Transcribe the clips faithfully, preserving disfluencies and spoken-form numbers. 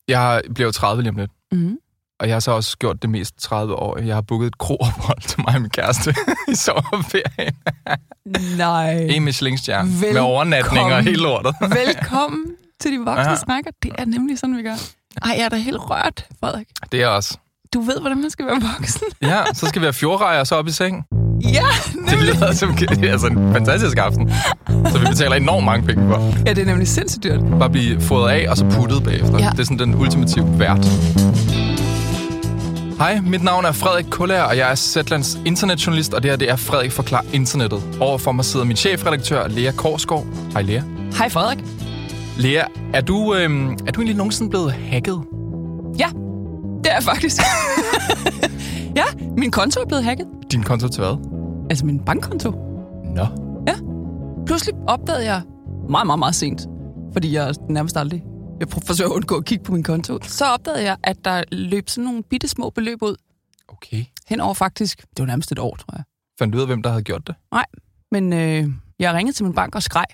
Jeg bliver tredive lige om lidt. Mm. Og jeg har så også gjort det mest tredive år. Jeg har booket et kroophold til mig og min kæreste i sommerferien. Nej. En Michelin-stjerne med overnatninger og hele lortet. Velkommen til de voksne Ja. snakker. Det er nemlig sådan, vi gør. Ej, jeg er da helt rørt, Frederik. Det er også. Du ved, hvordan man skal være voksen. Ja, så skal vi have fjordrejer så op i seng. Ja, Det nemlig. lyder som altså en fantastisk aften. Så vi betaler enormt mange penge for. Ja, det er nemlig sindssygt dyrt. Bare blive fodret af, og så puttet bagefter. Ja. Det er sådan den ultimative vært. Hej, mit navn er Frederik Kullager, og jeg er Zetlands internetjournalist, og det her det er Frederik Forklar Internettet. Overfor mig sidder min chefredaktør, Lea Korsgaard. Hej, Lea. Hej, Frederik. Lea, er du, øhm, er du egentlig nogensinde blevet hacket? Ja, det er jeg faktisk. Ja, min konto er blevet hacket. Din konto til hvad? Altså min bankkonto. Nå. Ja. Pludselig opdagede jeg meget, meget, meget sent, fordi jeg nærmest aldrig jeg forsøger at undgå at kigge på min konto. Så opdagede jeg, at der løb sådan nogle bitte små beløb ud. Okay. Henover faktisk, det var nærmest et år, tror jeg. Fandt du ud af, hvem der havde gjort det? Nej, men øh, jeg ringede til min bank og skreg.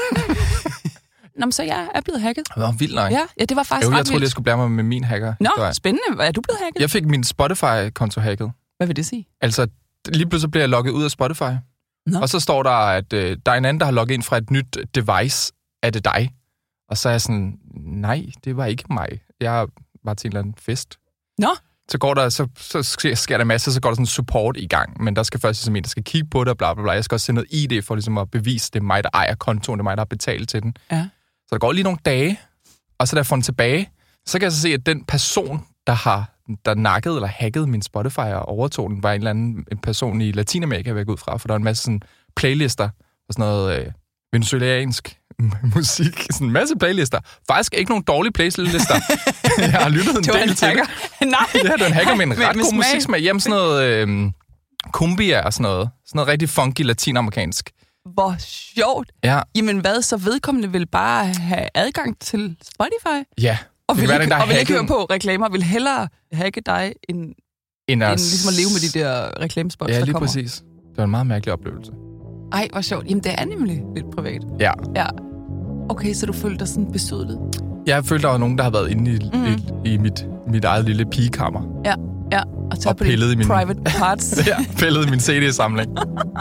Nå, men så jeg er blevet hacket. Det var vildt nok. Ja, ja, det var faktisk Jo, jeg ret troede, jeg vildt. skulle blære mig med min hacker. Nå, spændende. Er du blevet hacket? Jeg fik min Spotify-konto hacket. Hvad vil det sige? Altså, lige pludselig bliver jeg logget ud af Spotify. Nå. Og så står der, at øh, der er en anden, der har logget ind fra et nyt device. Er det dig? Og så er jeg sådan, nej, det var ikke mig. Jeg var til en eller anden fest. Nå. Så går der, så, så sker, sker der masser, så går der sådan support i gang. Men der skal først ligesom en, der skal kigge på det, og bla bla bla. Jeg skal også sende noget I D for ligesom at bevise, det er mig, der ejer kontoen, det er mig, der har betalt til den. Ja. Så der går lige nogle dage, og så da jeg får den tilbage, så kan jeg så se, at den person, der har der nakkede eller hackede min Spotify og overtog den, var en eller anden en person i Latinamerika, jeg ud fra, for der var en masse sådan playlister og sådan noget øh, venezuelansk musik. Sådan en masse playlister. Faktisk ikke nogen dårlige playlister. Jeg har lyttet en Det var del en til hacker. det. Nej. Ja, det var en hacker med en Med- ret med god smag. musiksmag. Jamen sådan noget øh, cumbia og sådan noget. Sådan noget rigtig funky latinamerikansk. Hvor sjovt. Ja, Jamen hvad, så vedkommende vil bare have adgang til Spotify? ja. Og Det vil, kan være, ikke, den, der og vil ikke hackede høre på reklamer, vil hellere hacke dig, end, en end af- ligesom at leve med de der reklamespots, Ja, der lige kommer. præcis. Det var en meget mærkelig oplevelse. Ej, hvor sjovt. Jamen, det er nemlig lidt privat. Ja. Ja. Okay, så du følte dig sådan besudlet? Jeg følte, der var nogen, der har været inde i, Mhm. mm. i, i mit, mit eget lille pigekammer. Ja, ja. Og tage Og på de pillet i min- private parts. Ja, fældede min C D-samling.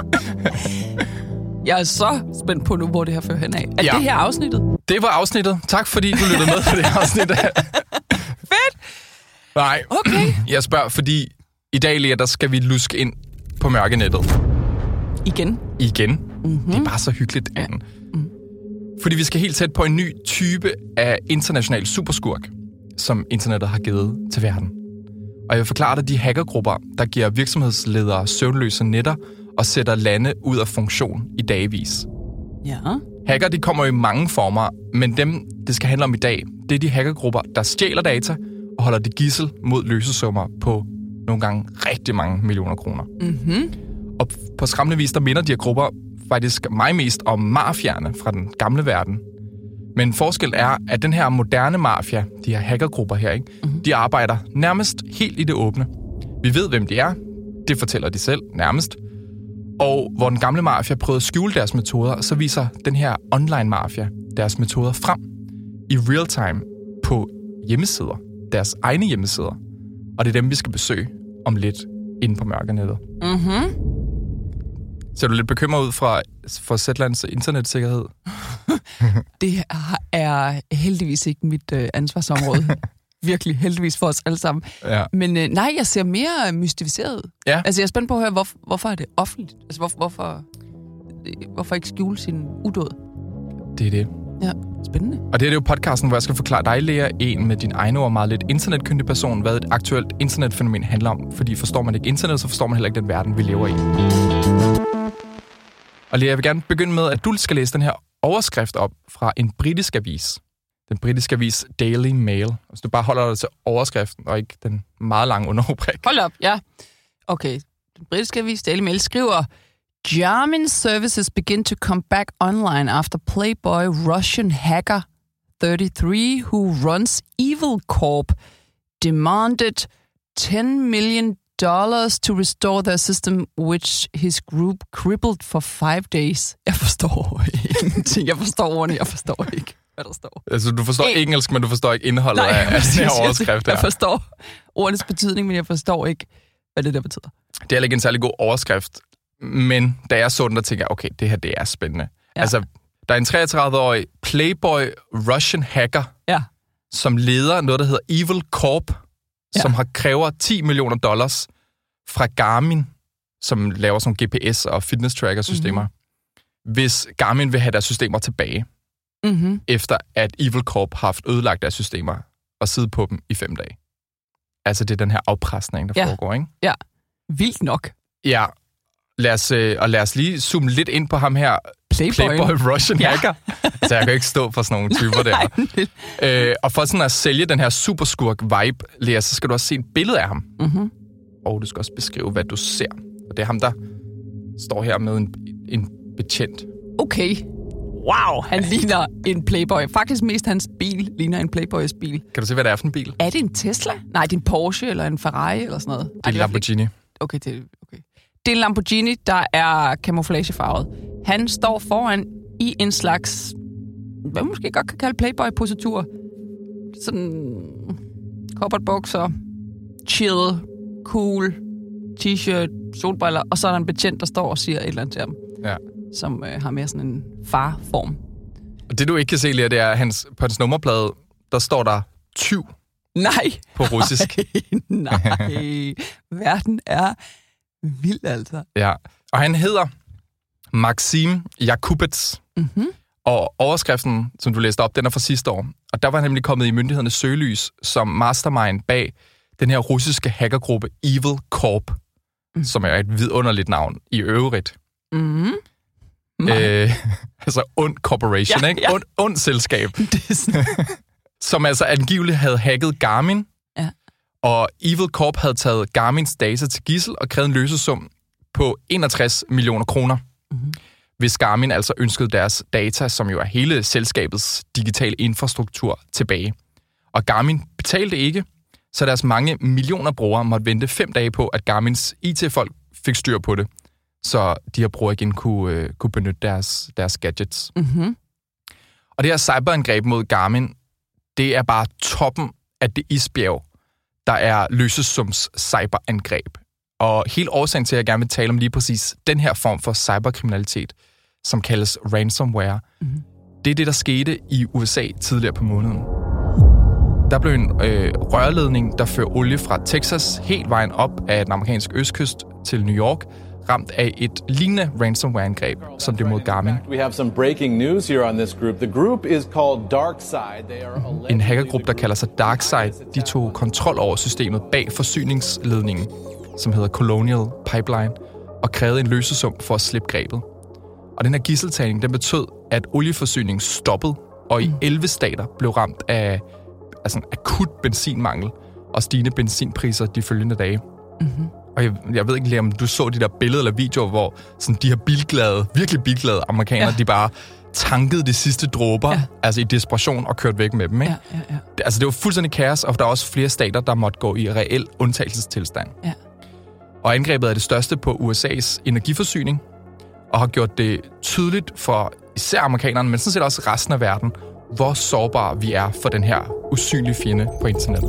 Jeg er så spændt på nu, hvor det her fører hen af. Er Ja. det her afsnittet? Det var afsnittet. Tak fordi du lyttede med på det her afsnit. Fedt! Nej, Okay. jeg spørger, fordi i dag, Lea, der skal vi luske ind på mørkenettet. Igen. Igen. Mm-hmm. Det er bare så hyggeligt, Anne. Mm. Fordi vi skal helt tæt på en ny type af international superskurk, som internettet har givet til verden. Og jeg vil forklare dig de hackergrupper, der giver virksomhedsledere søvnløse nætter og sætter lande ud af funktion i dagevis. Ja. Hacker, de kommer i mange former, men dem, det skal handle om i dag, det er de hackergrupper, der stjæler data og holder det gidsel mod løsesummer på nogle gange rigtig mange millioner kroner. Mm-hmm. Og på skræmmende vis, der minder de her grupper faktisk mig mest om mafiaerne fra den gamle verden. Men forskel er, at den her moderne mafia, de her hackergrupper her, ikke, mm-hmm. de arbejder nærmest helt i det åbne. Vi ved, hvem de er. Det fortæller de selv nærmest. Og hvor den gamle mafia prøvede at skjule deres metoder, så viser den her online mafia deres metoder frem i real time på hjemmesider. Deres egne hjemmesider. Og det er dem, vi skal besøge om lidt inde på mørkenettet. Mm-hmm. Ser du lidt bekymret ud fra, for Zetlands internetsikkerhed? Det er heldigvis ikke mit øh, ansvarsområde. Virkelig heldigvis for os alle sammen. Ja. Men øh, nej, jeg ser mere mystificeret ud. Ja. Altså, jeg er spændt på at høre, hvor, hvorfor er det offentligt? Altså, hvor, hvorfor, øh, hvorfor ikke skjule sin udåd? Det er det. Ja, spændende. Og det er det jo podcasten, hvor jeg skal forklare dig, Lea, en med din egne ord meget lidt internetkyndig person, hvad et aktuelt internetfænomen handler om. Fordi forstår man ikke internet, så forstår man heller ikke den verden, vi lever i. Og Lea, jeg vil gerne begynde med, at du skal læse den her overskrift op fra en britisk avis. Den britiske avis Daily Mail. Altså du bare holder dig til overskriften, og ikke den meget lange underrubrik. Hold op, ja. Okay, den britiske avis Daily Mail skriver, Garmin services begin to come back online after Playboy Russian hacker thirty-three, who runs Evil Corp, demanded ten million dollars to restore their system, which his group crippled for five days. Jeg forstår ingenting. Jeg forstår ordene, jeg forstår ikke. hvad der står. Altså, du forstår en... engelsk, men du forstår ikke indholdet Nej, af, af den her overskrift her. Jeg forstår ordenes betydning, men jeg forstår ikke, hvad det der betyder. Det er ikke en særlig god overskrift, men da jeg så den, der tænker jeg, okay, det her, det er spændende. Ja. Altså, der er en treogtredive-årig Playboy Russian hacker, ja. som leder noget, der hedder Evil Corp, ja. som har kræver ti millioner dollars fra Garmin, som laver sådan G P S- og fitness-tracker-systemer, mm-hmm. hvis Garmin vil have deres systemer tilbage, mm-hmm. efter at Evil Corp har haft ødelagt deres systemer og siddet på dem i fem dage. Altså, det er den her afpresning, der ja. foregår, ikke? Ja, vildt nok. Ja, lad os, øh, og lad os lige zoome lidt ind på ham her, Playboy, Playboy Russian ja. hacker. Altså, jeg kan ikke stå for sådan nogle typer der. øh, og for sådan at sælge den her superskurk-vibe, Lea, så skal du også se et billede af ham. Mm-hmm. Og du skal også beskrive, hvad du ser. Og det er ham, der står her med en, en betjent. Okay. Wow, han ligner en Playboy. Faktisk mest hans bil ligner en Playboys bil. Kan du se, hvad det er for en bil? Er det en Tesla? Nej, det er en Porsche eller en Ferrari eller sådan noget. Det er en Lamborghini. Okay, det, okay. det er en Lamborghini, der er camouflagefarvet. Han står foran i en slags, hvad man måske godt kan kalde Playboy-positur. Sådan corporate-bukser, chill, cool, t-shirt, solbriller, og så er der en betjent, der står og siger et eller andet til ham. Ja. Som øh, har mere sådan en farform. Og det, du ikke kan se, Lea, det er, hans, på hans nummerplade, der står der tyv. Nej. På russisk. Nej, nej. Verden er vild, altså. Ja, og han hedder Maxim Jakubets. Mm-hmm. Og overskriften, som du læste op, den er fra sidste år. Og der var han nemlig kommet i myndighedernes søgelys som mastermind bag den her russiske hackergruppe Evil Corp, mm. som er et vidunderligt navn i øvrigt. Mm-hmm. Øh, altså ond corporation, ja, ikke? Ja. Und, ond selskab. Som altså angiveligt havde hacket Garmin. Ja. Og Evil Corp havde taget Garmins data til gidsel og krævet en løsesum på enogtres millioner kroner. Mm-hmm. Hvis Garmin altså ønskede deres data, som jo er hele selskabets digitale infrastruktur, tilbage. Og Garmin betalte ikke, så deres mange millioner brugere måtte vente fem dage på, at Garmins I T-folk fik styr på det, så de her brugere igen kunne, øh, kunne benytte deres, deres gadgets. Mm-hmm. Og det her cyberangreb mod Garmin, det er bare toppen af det isbjerg, der er løsesums cyberangreb. Og hele årsagen til, at jeg gerne vil tale om lige præcis den her form for cyberkriminalitet, som kaldes ransomware, mm-hmm. det er det, der skete i U S A tidligere på måneden. Der blev en øh, rørledning, der fører olie fra Texas helt vejen op af den amerikanske østkyst til New York, ramt af et lignende ransomware-angreb, som det mod Garmin. We have some breaking news here on this group. The group is called DarkSide. They are en hackergruppe, der kalder sig DarkSide, de tog kontrol over systemet bag forsyningsledningen, som hedder Colonial Pipeline, og krævede en løsesum for at slippe grebet. Og den her gidseltagning, den betød, at olieforsyningen stoppede, og i elleve stater blev ramt af altså en akut benzinmangel og stigende benzinpriser de følgende dage. Mm-hmm. Og jeg, jeg ved ikke, om du så de der billeder eller videoer, hvor sådan de her bilglade, virkelig bilglade amerikanere, ja. de bare tankede de sidste dråber, ja. altså i desperation, og kørte væk med dem, ikke? Ja, ja, ja. Det, altså, det var fuldstændig kaos, og der er også flere stater, der måtte gå i reel undtagelsestilstand. Ja. Og angrebet er det største på U S A's energiforsyning, og har gjort det tydeligt for især amerikanerne, men sådan set også resten af verden, hvor sårbare vi er for den her usynlige fjende på internettet.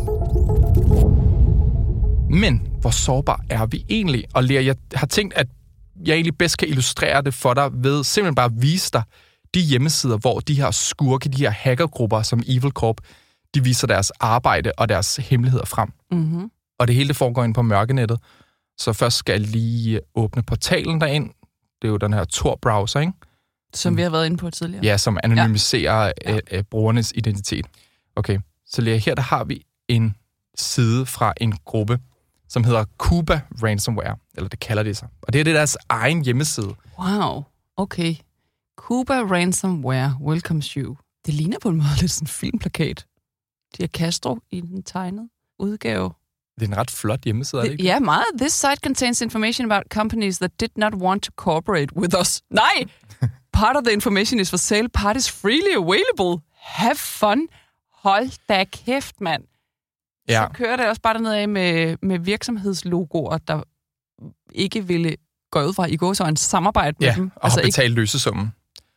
Men hvor sårbar er vi egentlig? Og Lea, jeg har tænkt, at jeg egentlig bedst kan illustrere det for dig ved simpelthen bare at vise dig de hjemmesider, hvor de her skurke, de her hackergrupper som Evil Corp, de viser deres arbejde og deres hemmeligheder frem. Mm-hmm. Og det hele det foregår ind på mørkenettet. Så først skal jeg lige åbne portalen derind. Det er jo den her Tor-browser, ikke? Som vi har været inde på tidligere. Ja, som anonymiserer ja. Ja. Øh, brugernes identitet. Okay, så Lea, her der har vi en side fra en gruppe, som hedder Cuba Ransomware, eller det kalder det sig. Og det er det deres egen hjemmeside. Wow, okay. Cuba Ransomware welcomes you. Det ligner på en måde lidt sådan en filmplakat. De har Castro i den tegnede udgave. Det er en ret flot hjemmeside, er det ikke? Ja, meget. This site contains information about companies that did not want to cooperate with us. Nej! Part of the information is for sale. Part is freely available. Have fun. Hold da kæft, mand. Ja. Så kører det også bare dernede af med, med virksomhedslogoer, der ikke ville gå ud fra i går så en samarbejde med ja, dem. og altså har betalt ikke... løsesummen.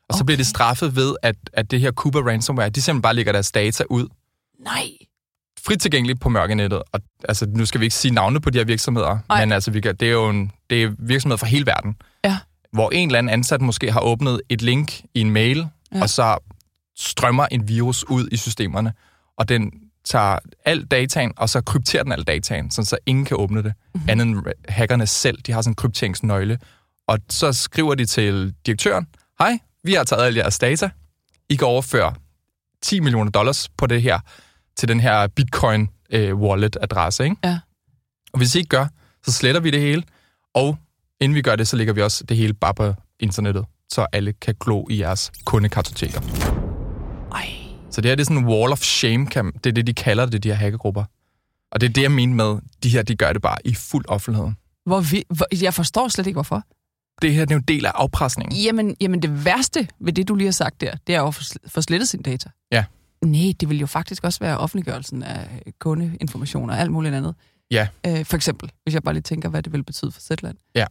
Og så okay. bliver de straffet ved, at, at det her Cuba ransomware, de simpelthen bare lægger deres data ud. Nej. Frit tilgængeligt på mørkenettet. Og altså, nu skal vi ikke sige navne på de her virksomheder, Ej. men altså, vi kan, det er jo en, det er virksomheder fra hele verden. Ja. Hvor en eller anden ansat måske har åbnet et link i en mail, ja. og så strømmer en virus ud i systemerne, og den tager al dataen, og så krypterer den al dataen, sådan så ingen kan åbne det, mm-hmm. andet end hackerne selv. De har sådan en krypteringsnøgle, og så skriver de til direktøren, hej, vi har taget al jeres data, I kan overføre ti millioner dollars på det her, til den her Bitcoin øh, wallet-adresse, ikke? Ja. Og hvis I ikke gør, så sletter vi det hele, og inden vi gør det, så lægger vi også det hele bare på internettet, så alle kan glo i jeres kundekartoteker. Ej. Så det her det er sådan en wall of shame, det er det, de kalder det, de her hackergrupper. Og det er det, jeg mener med, de her, de gør det bare i fuld offentlighed. Hvor vi, hvor, jeg forstår slet ikke, hvorfor. Det her det er jo en del af afpresningen. Jamen, jamen, det værste ved det, du lige har sagt der, det er jo at få slettet sine data. Ja. Nej, det vil jo faktisk også være offentliggørelsen af kundeinformationer og alt muligt andet. Ja. Øh, for eksempel, hvis jeg bare lige tænker, hvad det vil betyde for Zetland. Ja.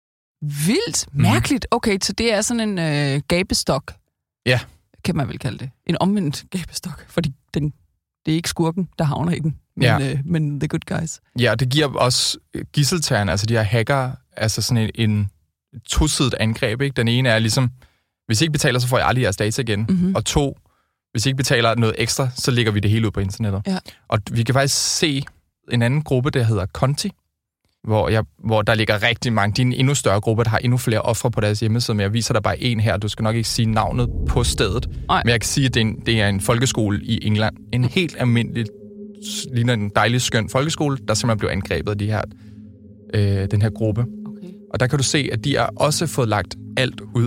Vildt. Mærkeligt. Okay, så det er sådan en øh, gabestok. Ja. Kan man vel kalde det. En omvendt gabestok, fordi den, det er ikke skurken, der havner i den, men, ja. øh, men the good guys. Ja, det giver også gisseltagerne, altså de her hacker, altså sådan en, en tosidet angreb, ikke? Den ene er ligesom, hvis I ikke betaler, så får jeg aldrig jeres data igen. Mm-hmm. Og to, hvis I ikke betaler noget ekstra, så lægger vi det hele ud på internettet. Ja. Og vi kan faktisk se en anden gruppe, der hedder Conti, hvor, jeg, hvor der ligger rigtig mange. De er en endnu større gruppe, der har endnu flere ofre på deres hjemmeside, men jeg viser dig bare en her. Du skal nok ikke sige navnet på stedet, Ej. men jeg kan sige, at det er, en, det er en folkeskole i England. En helt almindelig, ligner en dejlig, skøn folkeskole, der simpelthen blev angrebet af de her, øh, den her gruppe. Okay. Og der kan du se, at de har også fået lagt alt ud.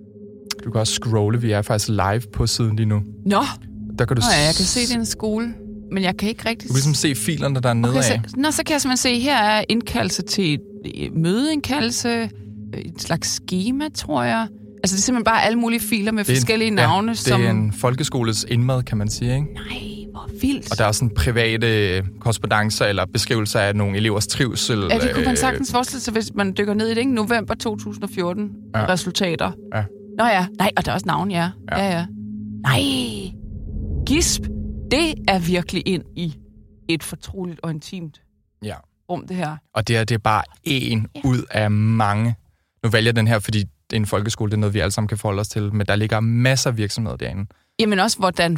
Du kan også scrolle, vi er faktisk live på siden lige nu. Nå, der kan du Nå ja, jeg kan se, det er en skole, men jeg kan ikke rigtig... Du kan ligesom se filerne, der er nedad. Okay, så, nå, så kan jeg simpelthen se, her er indkaldelse til et mødeindkaldelse, et slags schema, tror jeg. Altså, det er simpelthen bare alle mulige filer med forskellige navne, ja, det som... det er en folkeskoles indmad, kan man sige, ikke? Nej, hvor vildt. Og der er sådan private korrespondancer eller beskrivelser af nogle elevers trivsel. Ja, det kunne man sagtens forestille sig, hvis man dykker ned i det, ikke? November to tusind og fjorten, ja. Resultater. Ja. Nå ja, nej, og der er også navn, ja. Ja, ja. ja. Nej, gisp, det er virkelig ind i et fortroligt og intimt ja. rum, det her. Og det er, det er bare én ja. ud af mange. Nu vælger jeg den her, fordi det er en folkeskole, det er noget, vi alle sammen kan forholde os til, men der ligger masser af virksomheder derinde. Jamen også, hvordan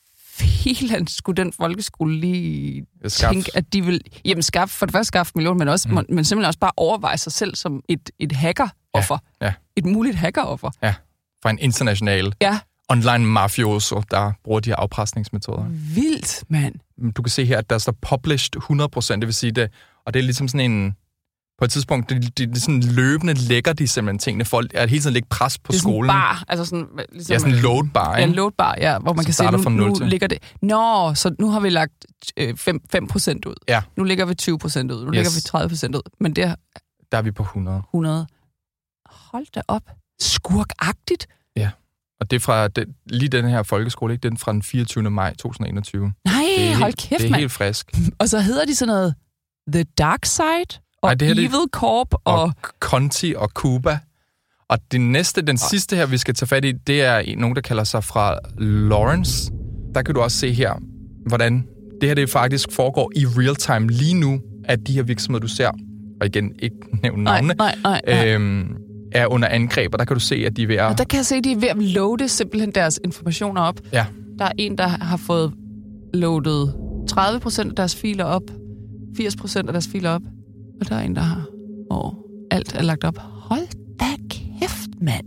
filan skulle den folkeskole lige skaf. tænke, at de vil... Jamen, skaffe, for det første skaffe millioner, men, også, mm. men simpelthen også bare overveje sig selv som et, et hackeroffer. Ja. Ja. Et muligt hackeroffer. Ja, fra en international ja. online mafioso, der bruger de her afpresningsmetoder. Vildt, mand. Du kan se her, at der står published hundrede procent, det vil sige det, og det er ligesom sådan en... På et tidspunkt, det, det, det sådan løbende lægger de simpelthen tingene. Folk er hele tiden lægge pres på det er skolen. Det er sådan bar, altså sådan... Ligesom, ja, sådan en load bar, ikke? Ja, en load bar, ja, hvor man så kan se, nu, nu ligger det... Nå, så nu har vi lagt øh, fem procent ud. Ja. Nu ligger vi tyve procent ud. Nu yes. ligger vi tredive procent ud. Men det... Der er vi på hundrede. hundrede. Hold da op. Skurkagtigt. Ja, og det er fra... Det, lige den her folkeskole, ikke? Den er fra den fireogtyvende maj to tusind og enogtyve. Nej, hold helt, kæft, mand. Det er helt frisk. Og så hedder de sådan noget... The Dark Side... Og Ej, det Evil det, Corp og... og Conti og Cuba. Og det næste, den og... sidste her, vi skal tage fat i, det er nogen, der kalder sig fra Lawrence. Der kan du også se her, hvordan det her det faktisk foregår i real time lige nu, at de her virksomheder, du ser, og igen, ikke nævne navne, nej, nej, nej. Øhm, er under angreb, og der kan du se, at de er ved at... Og der kan jeg se, at de er ved at loade simpelthen deres informationer op. Ja. Der er en, der har fået loadet tredive procent af deres filer op, firs procent af deres filer op, og der er en, der har... Åh, alt er lagt op. Hold da kæft, mand.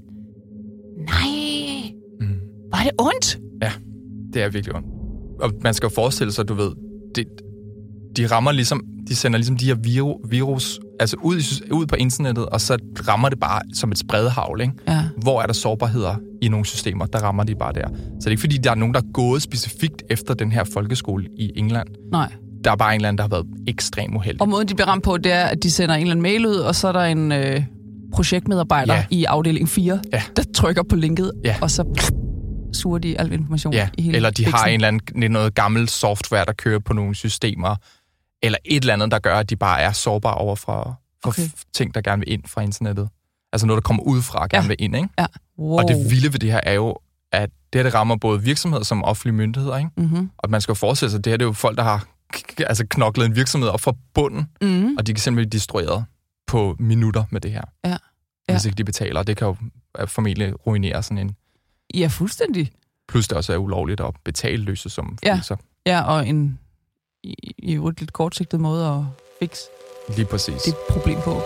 Nej. Mm. Var det ondt? Ja, det er virkelig ondt. Og man skal jo forestille sig, du ved, det, de rammer ligesom, de sender ligesom de her viru, virus, altså ud, i, ud på internettet, og så rammer det bare som et spredhavl, ikke? Ja. Hvor er der sårbarheder i nogle systemer, der rammer de bare der. Så det er ikke fordi, der er nogen, der er gået specifikt efter den her folkeskole i England. Nej. Der er bare en eller anden, der har været ekstremt uheldig. Og måden, de bliver ramt på, det er, at de sender en eller anden mail ud, og så er der en øh, projektmedarbejder ja. i afdeling fire, ja. der trykker på linket, ja. og så pff, suger de al information ja. i hele eller de biksen. har en eller anden, noget gammelt software, der kører på nogle systemer, eller et eller andet, der gør, at de bare er sårbare over for, for okay. ting, der gerne vil ind fra internettet. Altså noget, der kommer ud fra, gerne ja. vil ind, ikke? Ja, Wow. Og det vilde ved det her er jo, at det her det rammer både virksomheder som offentlige myndigheder, ikke? Mm-hmm. Og man skal jo forestille sig, at det her det er jo folk, der har k- altså knoklet en virksomhed op fra bunden, Mm-hmm. og de kan simpelthen blive destrueret på minutter med det her. Ja. Hvis Ja. ikke de betaler, og det kan jo formentlig ruinere sådan en... Ja, fuldstændig. Plus det også er ulovligt at betale løse som Ja. så Ja, og en i, i et lidt kortsigtet måde at fikse lige præcis. det problem på.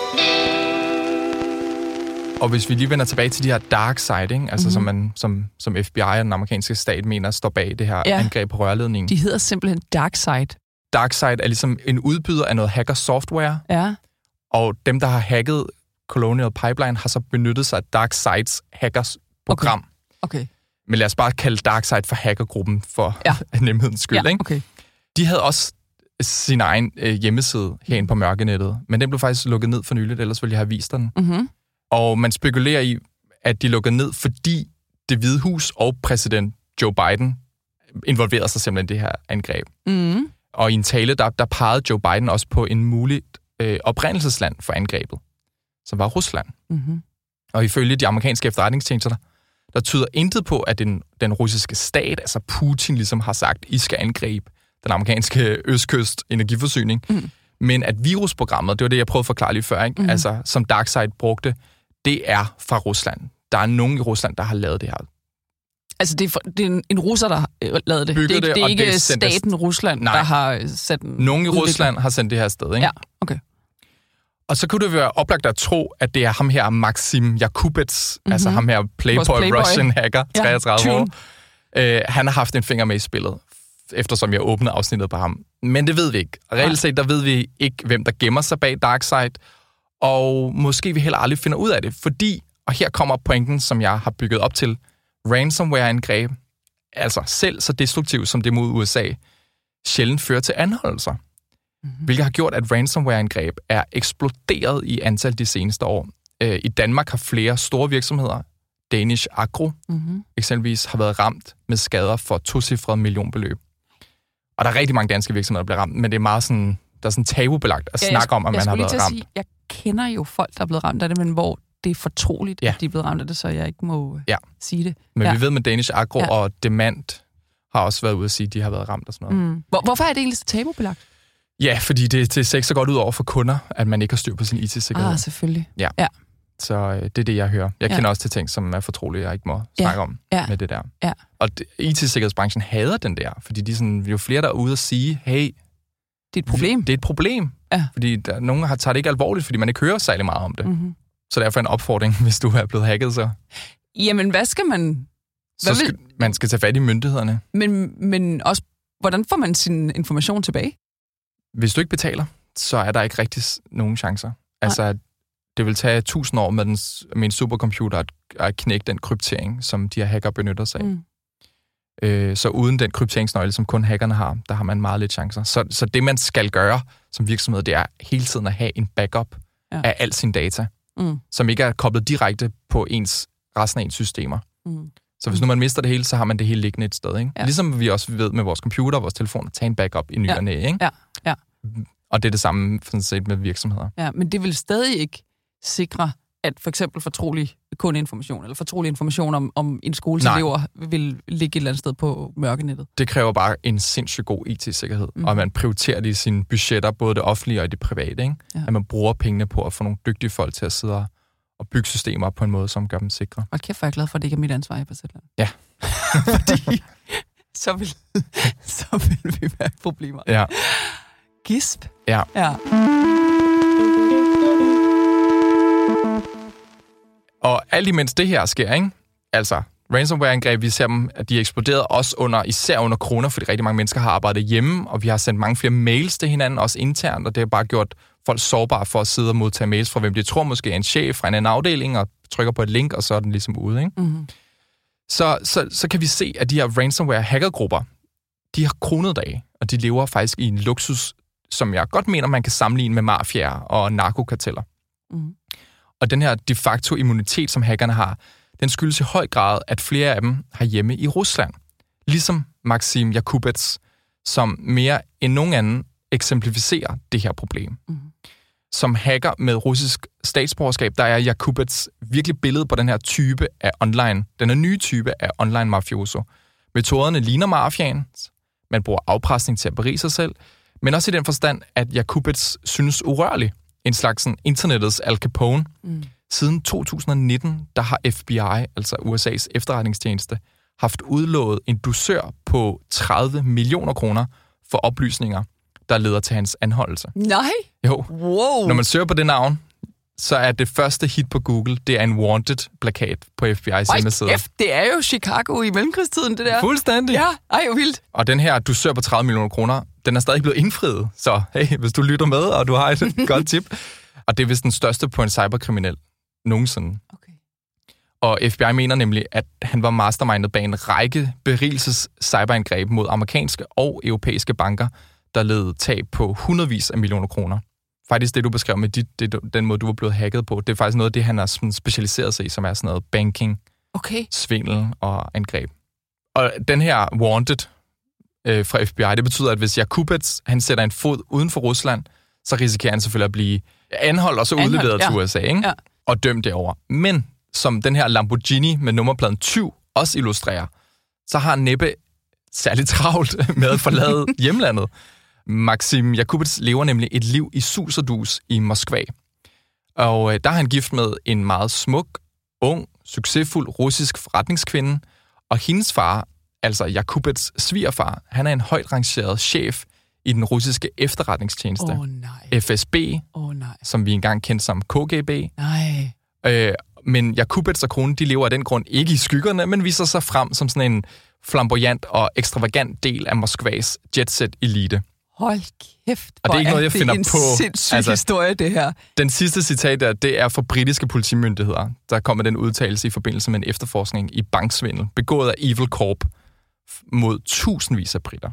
Og hvis vi lige vender tilbage til de her dark side, ikke? Altså Mhm. som, man, som, som F B I og den amerikanske stat mener står bag det her Ja. angreb på rørledningen. De hedder simpelthen DarkSide. DarkSide er ligesom en udbyder af noget hacker software, Ja. og dem, der har hacket Colonial Pipeline, har så benyttet sig af DarkSides hackers program. Okay. Men lad os bare kalde DarkSide for hackergruppen for Ja. nemhedens skyld. Ja, Ikke? okay. De havde også sin egen øh, hjemmeside herinde på mørkenettet, men den blev faktisk lukket ned for nyligt, ellers ville jeg have vist den. Mm-hmm. Og man spekulerer i, at de lukkede ned, fordi Det Hvide Hus og præsident Joe Biden involverede sig simpelthen i det her angreb. Mm-hmm. Og i en tale, der, der pegede Joe Biden også på en mulig øh, oprindelsesland for angrebet, som var Rusland. Mm-hmm. Og ifølge de amerikanske efterretningstjenester, der tyder intet på, at den, den russiske stat, altså Putin, ligesom har sagt, I skal angribe den amerikanske østkyst energiforsyning. Mm. Men at virusprogrammet, det var det, jeg prøvede at forklare lige før, ikke? Mm. Altså, som DarkSide brugte, det er fra Rusland. Der er nogen i Rusland, der har lavet det her. Altså, det er, for, det er en, en russer, der har øh, lavet det. Bygget Det er, det, det er og ikke det er sendt af- staten Rusland, Nej. der har øh, sat en Nogen i udvikling. Rusland har sendt det her sted, ikke? Ja, okay. Og så kunne det være oplagt at tro, at det er ham her, Maxim Yakubets, mm-hmm. altså ham her Playboy, Vores Playboy. Russian hacker, Ja, treogtredive år. tyven. Øh, han har haft en finger med i spillet, eftersom jeg åbnede afsnittet på ham. Men det ved vi ikke. Reelt set, der ved vi ikke, hvem der gemmer sig bag DarkSide, og måske vi heller aldrig finder ud af det, fordi, og her kommer pointen, som jeg har bygget op til, ransomware-angreb, altså selv så destruktivt som det mod U S A, sjældent fører til anholdelser. Mm-hmm. Hvilket har gjort, at ransomware-angreb er eksploderet i antal de seneste år. Øh, I Danmark har flere store virksomheder, Danish Agro Mm-hmm. eksempelvis, har været ramt med skader for tocifrede millionbeløb. Og der er rigtig mange danske virksomheder, der bliver ramt, men det er meget sådan, der er sådan tabubelagt at Ja, snakke om, at man har været ramt. Sige, jeg kender jo folk, der er blevet ramt af det, men hvor det er fortroligt, Ja. at de er blevet ramt af det, så jeg ikke må Ja. sige det. Men Ja. vi ved med Danish Agro Ja. og Demand har også været ude at sige, at de har været ramt og sådan noget. Mm. Hvor, hvorfor er det egentlig så tabubelagt? Ja, fordi det, det ser så godt ud over for kunder, at man ikke har styr på sin I T-sikkerhed. Ah, selvfølgelig. Ja. Ja. Så øh, det er det, jeg hører. Jeg Ja. kender også til ting, som er fortrolige, jeg ikke må Ja. snakke om Ja. med det der. Ja. Og det, I T-sikkerhedsbranchen hader den der, fordi de sådan, jo flere, der er ude at sige, hey, Det er et problem. det er et problem. Ja. Fordi der, nogen har taget det ikke alvorligt, fordi man ikke hører særlig meget om det. Mm-hmm. Så derfor en opfordring, hvis du er blevet hacket, så, Jamen, hvad skal man... så Hvad vil- skal, man skal tage fat i myndighederne. Men, men også, hvordan får man sin information tilbage? Hvis du ikke betaler, så er der ikke rigtig s- nogen chancer. Altså, at det vil tage tusind år med, den, s- med en supercomputer at, at knække den kryptering, som de her hacker benytter sig af. Mm. Øh, så uden den krypteringsnøgle, som kun hackerne har, der har man meget lidt chancer. Så, så det, man skal gøre som virksomhed, det er hele tiden at have en backup Ja. af al sin data, Mm. som ikke er koblet direkte på ens resten af ens systemer. Mm. Så hvis nu man mister det hele, så har man det hele liggende et sted. Ikke? Ja. Ligesom vi også ved med vores computer og vores telefoner, tage en backup i ny Ja. og næ, ikke? Ja. Ja. Og det er det samme sådan set med virksomheder. Ja, men det vil stadig ikke sikre, at for eksempel fortrolig kundeinformation, eller fortrolig information om, om en skoles Nej. elever vil ligge et eller andet sted på mørkenettet. Det kræver bare en sindssygt god I T-sikkerhed, Mhm. mm. og at man prioriterer det i sine budgetter, både det offentlige og det private. Ikke? Ja. At man bruger pengene på at få nogle dygtige folk til at sidde og- og bygge systemer på en måde, som gør dem sikre. Og kæft, hvor er jeg glad for, at det ikke er mit ansvar i Parcelland. Ja. Fordi så vil, så vil vi være i problemer. Ja. Gisp. Ja. Ja. Og alt imens det her sker, ikke? Altså, ransomware-angreb, vi ser dem, at de er eksploderet også under, især under corona, fordi rigtig mange mennesker har arbejdet hjemme, og vi har sendt mange flere mails til hinanden, også internt, og det har bare gjort folk sårbare for at sidde og modtage mails fra, hvem de tror måske er en chef fra en anden afdeling, og trykker på et link, og så er den ligesom ude, ikke? Mm-hmm. Så, så, så kan vi se, at de her ransomware-hackergrupper, de har kronet dage, og de lever faktisk i en luksus, som jeg godt mener, man kan sammenligne med mafiaer og narkokarteller. Mm-hmm. Og den her de facto immunitet, som hackerne har, den skyldes i høj grad, at flere af dem har hjemme i Rusland. Ligesom Maxim Yakubets, som mere end nogen anden eksemplificerer det her problem. Mm-hmm. som hacker med russisk statsborgerskab. Der er Jakubets virkelig billede på den her type af online, den her nye type af online mafioso. Metoderne ligner mafiaens. Man bruger afpresning til at berige sig selv, men også i den forstand, at Jakubets synes urørlig. En slags sådan, internettets Al Capone. Mm. Siden to tusind nitten, der har F B I, altså U S A's efterretningstjeneste, haft udlovet en dusør på tredive millioner kroner for oplysninger, der leder til hans anholdelse. Nej? Jo. Wow. Når man søger på det navn, så er det første hit på Google, det er en wanted-plakat på F B I's hjemmeside. F, det er jo Chicago i mellemkrigstiden, det der. Fuldstændig. Ja, ej, jo vildt. Og den her dusør på tredive millioner kroner, den er stadig blevet indfriet. Så hey, hvis du lytter med, og du har et godt tip. Og det er vist den største på en cyberkriminel nogensinde. Okay. Og F B I mener nemlig, at han var mastermindet bag en række berigelses cyberangreb mod amerikanske og europæiske banker, der led tab på hundredvis af millioner kroner. Faktisk det, du beskrev med dit, det, den måde, du var blevet hacket på, det er faktisk noget af det, han har specialiseret sig i, som er sådan noget banking, okay. svindel og angreb. Og den her wanted øh, fra F B I, det betyder, at hvis Jakubets, han sætter en fod uden for Rusland, så risikerer han selvfølgelig at blive anholdt og så udleveret anholdt, ja. til U S A, ikke? Ja. Og dømt derover. Men som den her Lamborghini med nummerpladen tyv også illustrerer, så har han næppe særligt travlt med at forlade hjemlandet. Maxim Jakubets lever nemlig et liv i sus og dus i Moskva. Og øh, der er han gift med en meget smuk, ung, succesfuld russisk forretningskvinde, og hendes far, altså Jakubets svigerfar, han er en højt rangeret chef i den russiske efterretningstjeneste. Åh oh, nej. F S B, oh, nej. som vi engang kendte som K G B. Nej. Øh, men Jakubets og konen, de lever af den grund ikke i skyggerne, men viser sig frem som sådan en flamboyant og ekstravagant del af Moskvas jetset-elite. Hold kæft, og det er ikke noget, jeg finder det er en på. sindssyg altså, historie, det her. Den sidste citat der, det er fra britiske politimyndigheder. Der kommer den udtalelse i forbindelse med en efterforskning i banksvindel, begået af Evil Corp mod tusindvis af britter.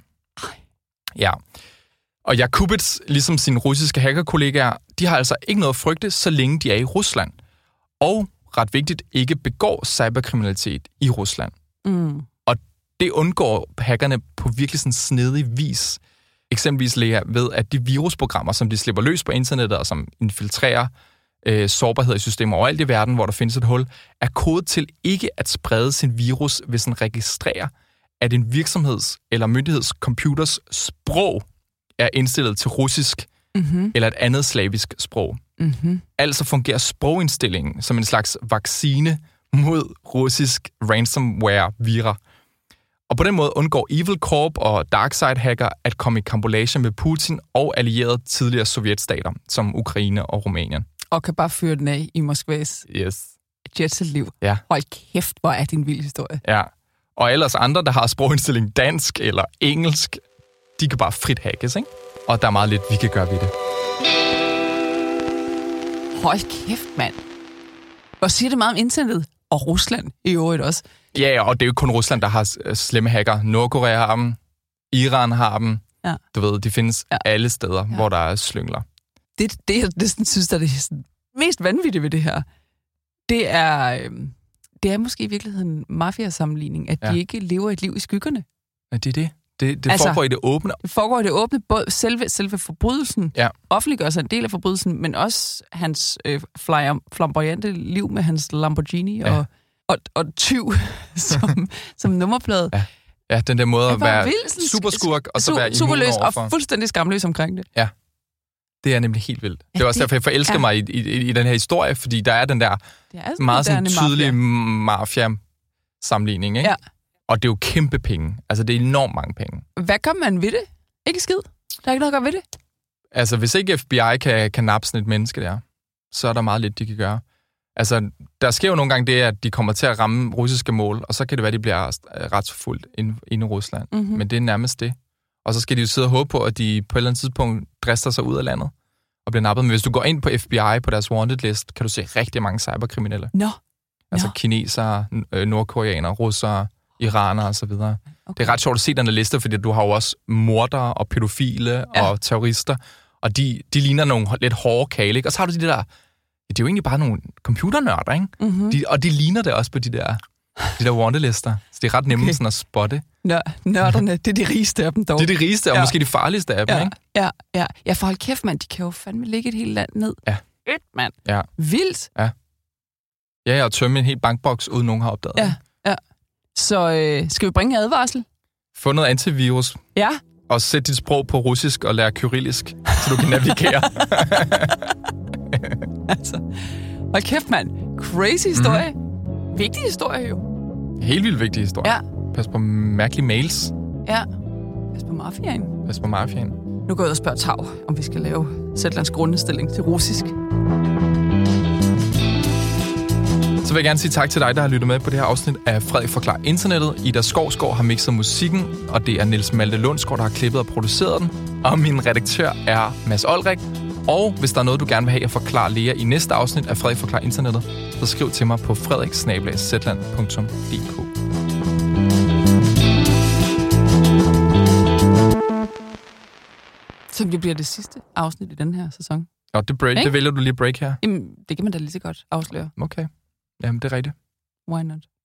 Ja. Og Jakubets, ligesom sine russiske hackerkollegaer, de har altså ikke noget at frygte, så længe de er i Rusland. Og, ret vigtigt, ikke begår cyberkriminalitet i Rusland. Mm. Og det undgår hackerne på virkelig sådan snedig vis. Eksempelvis Lea, ved, at de virusprogrammer, som de slipper løs på internettet, og som infiltrerer øh, sårbarheder i systemer overalt i verden, hvor der findes et hul, er kodet til ikke at sprede sin virus, hvis den registrerer, at en virksomheds- eller myndigheds computers sprog er indstillet til russisk mm-hmm. eller et andet slavisk sprog. Mm-hmm. Altså fungerer sprogindstillingen som en slags vaccine mod russisk ransomware-virer. Og på den måde undgår Evil Corp og Darkside-hacker at komme i karambolage med Putin og allierede tidligere sovjetstater, som Ukraine og Rumænien. Og kan bare fyre den af i Moskvas yes. jetset-liv. Ja. Hold kæft, hvor er din vild historie. Ja. Og ellers andre, der har sprogindstilling dansk eller engelsk, de kan bare frit hackes, ikke? Og der er meget lidt, vi kan gøre ved det. Hold kæft, mand. Og siger det meget om internettet? Og Rusland i øvrigt også. Ja, og det er jo kun Rusland, der har slemme hacker. Nordkorea har dem, Iran har dem. Ja. Du ved, de findes ja. alle steder, ja. hvor der er slyngler. Det, det jeg næsten synes, der er det mest vanvittige ved det her, det er, det er måske i virkeligheden mafia-sammenligning, at ja. de ikke lever et liv i skyggerne. Ja, det er det. Det, det altså, foregår i det åbne. Det foregår i det åbne, både selve, selve forbrydelsen, ja. offentliggør sig en del af forbrydelsen, men også hans øh, flamboyante liv med hans Lamborghini ja. og, og, og tyv som, som nummerplade. Ja. ja, den der måde at være vild, superskurk og så su- være immun superløs overfor. og fuldstændig skamløs omkring det. Ja, det er nemlig helt vildt. Det er også derfor, jeg forelsker ja. mig i, i, i den her historie, fordi der er den der er meget sådan tydelige mafia-sammenligning, ikke? Ja. Og det er jo kæmpe penge. Altså, det er enormt mange penge. Hvad gør man ved det? Ikke skid. Der er ikke noget at gøre ved det. Altså, hvis ikke F B I kan, kan nappe sådan et menneske der, så er der meget lidt, de kan gøre. Altså, der sker jo nogle gange det, at de kommer til at ramme russiske mål, og så kan det være, at de bliver retsforfulgt inde, inde i Rusland. Mm-hmm. Men det er nærmest det. Og så skal de jo sidde og håbe på, at de på et eller andet tidspunkt drister sig ud af landet og bliver nappet. Men hvis du går ind på F B I på deres wanted list, kan du se rigtig mange cyberkriminelle. Nå. No. Altså no. kinesere, nordkoreanere, russere, iranere og så videre. Okay. Det er ret sjovt at se den der liste, fordi du har jo også mordere og pædofile ja. og terrorister, og de, de ligner nogle lidt hårde kale, ikke? Og så har du de der, det er jo egentlig bare nogle computernørder, ikke? Mm-hmm. De, og de ligner det også på de der, de der wanted-lister. Så det er ret nemme okay. sådan at spotte. Nør, nørderne, det er de rigeste af dem dog. Det er de rigeste, og Ja. måske de farligste af dem, Ja, ikke? ja, ja. Ja, for hold kæft, mand, de kan jo fandme lægge et helt land ned. Ja. Et, mand. Ja. Vildt. Ja, og tømme en helt bankboks, uden nogen har opdaget. Ja, ikke? ja. Så øh, skal vi bringe advarsel? Få noget antivirus, Ja. og sæt dit sprog på russisk og lære kyrillisk, så du kan navigere. Altså, hold kæft, mand. Crazy historie. Mm-hmm. Vigtig historie, jo. Helt vildt vigtig historie. Ja. Pas på mærkelige mails. Ja. Pas på mafiaen. Pas på mafiaen. Nu går jeg ud og spørger Tav, om vi skal lave Zetlands grundindstilling til russisk. Så vil jeg gerne sige tak til dig, der har lyttet med på det her afsnit af Frederik Forklarer Internettet. Ida Skovsgaard har mixet musikken, og det er Niels Malte Lundsgaard, der har klippet og produceret den. Og min redaktør er Mads Olrik. Og hvis der er noget, du gerne vil have, jeg forklarer Lea i næste afsnit af Frederik Forklarer Internettet, så skriv til mig på frederik snabel-a zetland punktum d k. Så det bliver det sidste afsnit i den her sæson. Og det, break, det vælger du lige break her? Jamen, det kan man da lige så godt afsløre. Okay. Jamen, det er rigtigt. Why not?